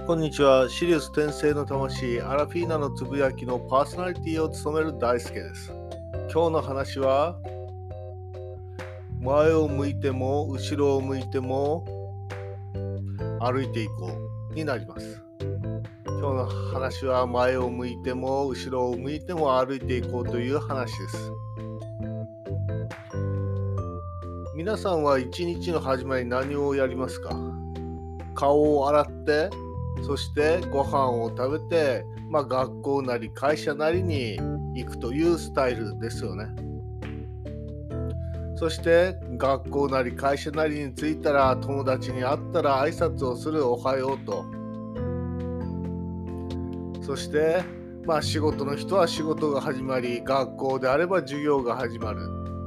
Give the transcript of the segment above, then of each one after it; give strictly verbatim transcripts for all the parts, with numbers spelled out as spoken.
こんにちは。シリウス転生の魂アラフィーナのつぶやきのパーソナリティを務める大輔です。今日の話は、前を向いても後ろを向いても歩いていこうになります。今日の話は、前を向いても後ろを向いても歩いていこうという話です。皆さんは一日の始まり何をやりますか？顔を洗って、そしてご飯を食べて、まあ、学校なり会社なりに行くというスタイルですよね。そして学校なり会社なりに着いたら、友達に会ったら挨拶をする、おはようと。そしてまあ仕事の人は仕事が始まり、学校であれば授業が始まる。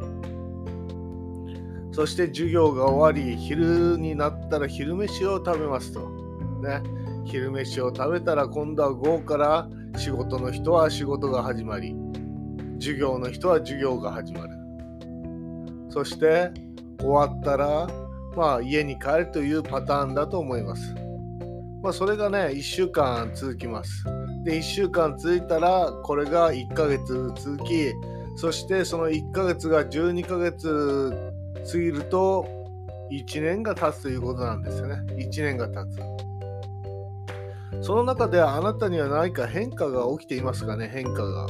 そして授業が終わり、昼になったら昼飯を食べますとね。昼飯を食べたら、今度は午後から仕事の人は仕事が始まり、授業の人は授業が始まる。そして終わったら、まあ、家に帰るというパターンだと思います。まあ、それがね、いっしゅうかん続きます。で、いっしゅうかん続いたら、これがいっかげつ続き、そしてそのいっかげつがじゅうにかげつ過ぎるといちねんが経つということなんですよね。いちねんが経つ。その中であなたには何か変化が起きていますかね？変化が。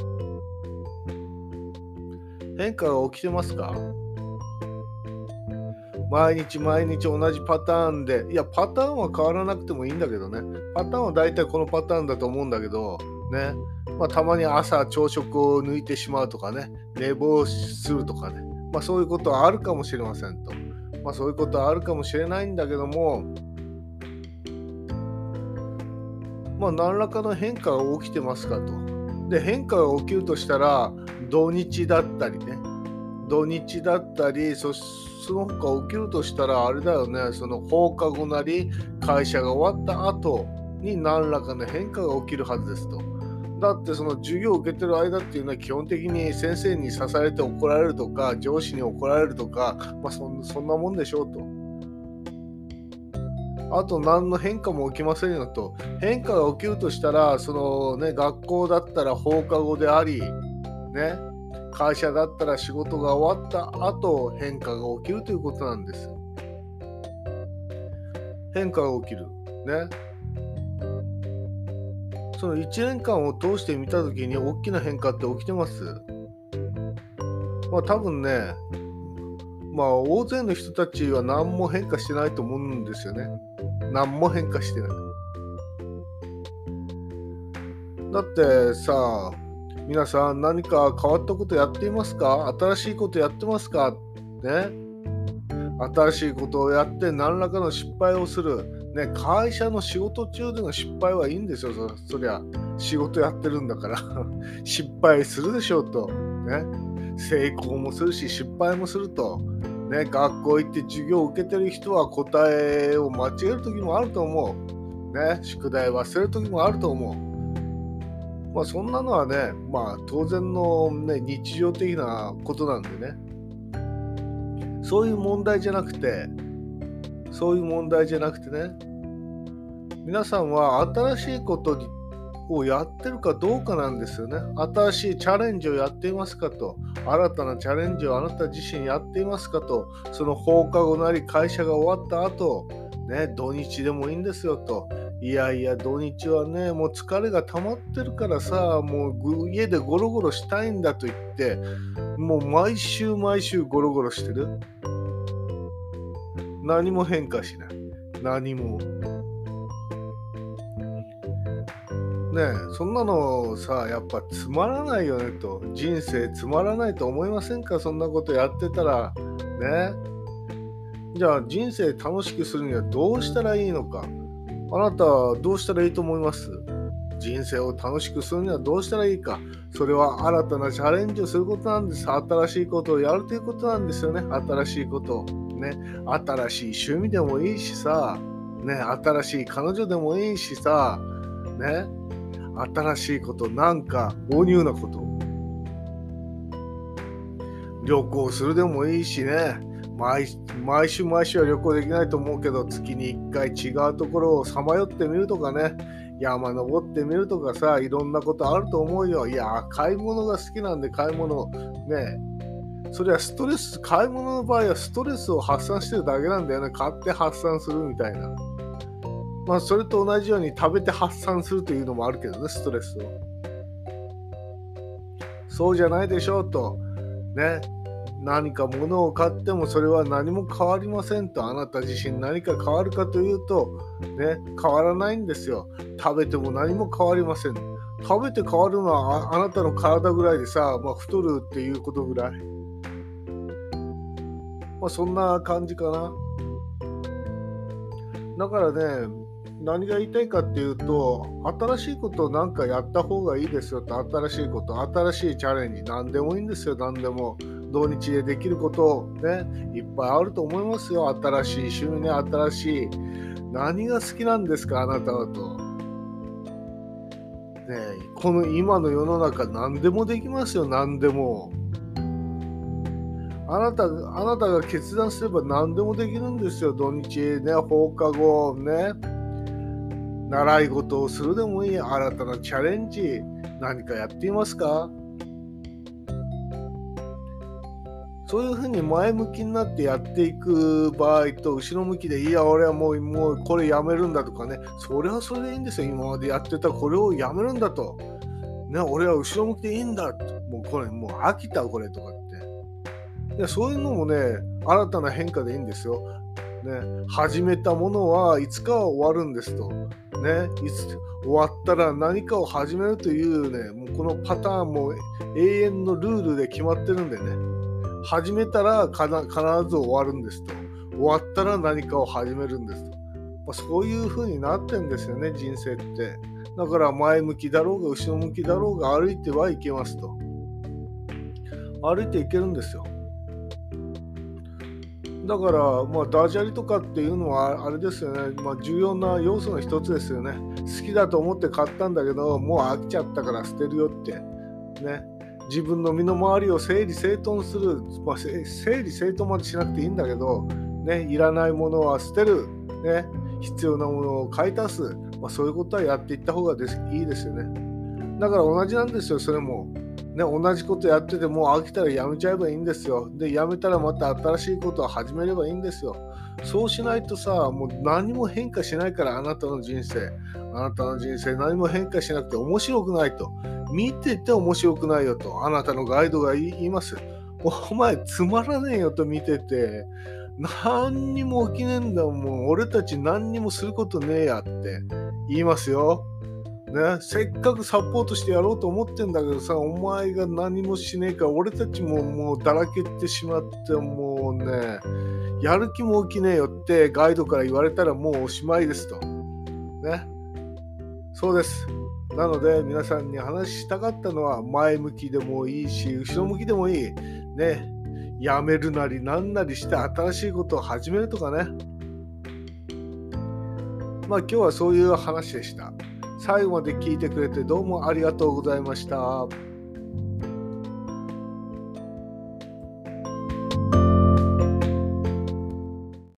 変化が起きてますか？毎日毎日同じパターンで、いや、パターンは変わらなくてもいいんだけどね。パターンは大体このパターンだと思うんだけど、ね。まあ、たまに朝朝食を抜いてしまうとかね、寝坊するとかね。まあ、そういうことはあるかもしれませんと。まあ、そういうことはあるかもしれないんだけども、まあ、何らかの変化が起きてますかと。で、変化が起きるとしたら、土日だったりね、土日だったり、そその他起きるとしたら、あれだよね、その放課後なり、会社が終わった後に何らかの変化が起きるはずですと。だってその授業を受けてる間っていうのは、基本的に先生に刺されて怒られるとか、上司に怒られるとか、まあ、そんそんなもんでしょうと。あと何の変化も起きませんよと。変化が起きるとしたら、そのね、学校だったら放課後であり、ね、会社だったら仕事が終わった後、変化が起きるということなんですよ。変化が起きる。ね。そのいちねんかんを通して見たときに大きな変化って起きてます？まあ多分ね、まあ大勢の人たちは何も変化してないと思うんですよね。何も変化してない。だってさ、皆さん何か変わったことやっていますか？新しいことやってますか？ね。新しいことをやって何らかの失敗をする。ね、会社の仕事中での失敗はいいんですよ。そ, そりゃ仕事やってるんだから失敗するでしょうと。ね。成功もするし失敗もすると。ね、学校行って授業を受けてる人は答えを間違える時もあると思う。ね、宿題忘れる時もあると思う。まあそんなのはね、まあ当然の、ね、日常的なことなんでね。そういう問題じゃなくて、そういう問題じゃなくてね、皆さんは新しいことをやってるかどうかなんですよね。新しいチャレンジをやっていますかと。新たなチャレンジをあなた自身やっていますかと。その放課後なり会社が終わった後、ね、土日でもいいんですよと。いやいや、土日はね、もう疲れが溜まってるからさ、もう家でゴロゴロしたいんだと言って、もう毎週毎週ゴロゴロしてる。何も変化しない。何も。ねえ、そんなのさ、やっぱつまらないよねと。人生つまらないと思いませんか？そんなことやってたら。ね。じゃあ人生楽しくするにはどうしたらいいのか。あなたはどうしたらいいと思います？人生を楽しくするにはどうしたらいいか。それは新たなチャレンジをすることなんです。新しいことをやるということなんですよね。新しいことを。ね。新しい趣味でもいいしさ。ね。新しい彼女でもいいしさ。ね。新しいこと、なんか大ニューなこと、旅行するでもいいしね、 毎毎週毎週は旅行できないと思うけど、月にいっかい違うところをさまよってみるとかね、山登ってみるとかさ、いろんなことあると思うよ。いや、買い物が好きなんで買い物ね、それはストレス、買い物の場合はストレスを発散してるだけなんだよね。買って発散するみたいな。まあそれと同じように食べて発散するというのもあるけどね、ストレスを。そうじゃないでしょうとね。何か物を買ってもそれは何も変わりませんと。あなた自身何か変わるかというとね、変わらないんですよ。食べても何も変わりません。食べて変わるのは あ, あなたの体ぐらいでさ、まあ、太るっていうことぐらい、まあ、そんな感じかな。だからね、何が言いたいかっていうと、新しいことを何かやった方がいいですよと。新しいこと、新しいチャレンジ、何でもいいんですよ。何でも土日でできることね、いっぱいあると思いますよ。新しい趣味ね、新しい。何が好きなんですか、あなたはと。ね、この今の世の中何でもできますよ。何でも。あなた、あなたが決断すれば何でもできるんですよ。土日ね、放課後ね、習い事をするでもいい。新たなチャレンジ、何かやっていますか？そういうふうに前向きになってやっていく場合と、後ろ向きで、いや、俺はもう、もうこれやめるんだとかね、それはそれでいいんですよ。今までやってたこれをやめるんだと。ね、俺は後ろ向きでいいんだと。もうこれ、もう飽きたこれとかって。でそういうのもね、新たな変化でいいんですよ。ね、始めたものはいつかは終わるんですと。ね、いつ終わったら何かを始めるというね、もうこのパターンも永遠のルールで決まってるんでね。始めたら必ず終わるんですと。終わったら何かを始めるんですと。まあ、そういう風になってんですよね、人生って。だから前向きだろうが後ろ向きだろうが歩いてはいけますと。歩いていけるんですよ。だから、まあ、ダジャレとかっていうのはあれですよね、まあ、重要な要素の一つですよね。好きだと思って買ったんだけど、もう飽きちゃったから捨てるよって。ね。自分の身の回りを整理整頓する、まあ、整理整頓までしなくていいんだけど、ね、いらないものは捨てる、ね、必要なものを買い足す、まあ、そういうことはやっていった方がですいいですよね。だから同じなんですよ、それも。ね、同じことやっててもう飽きたらやめちゃえばいいんですよ。で、やめたらまた新しいことを始めればいいんですよ。そうしないとさ、もう何も変化しないから、あなたの人生。あなたの人生何も変化しなくて面白くないと。見てて面白くないよと。あなたのガイドが言います。お前つまらねえよと見てて。何にも起きねえんだもん。俺たち何にもすることねえやって言いますよ。ね、せっかくサポートしてやろうと思ってんだけどさ、お前が何もしねえから俺たちももうだらけてしまって、もうね、やる気も起きねえよってガイドから言われたらもうおしまいですと。ね。そうです。なので皆さんに話したかったのは、前向きでもいいし、後ろ向きでもいい。ね。やめるなりなんなりして新しいことを始めるとかね。まあ今日はそういう話でした。最後まで聞いてくれてどうもありがとうございました。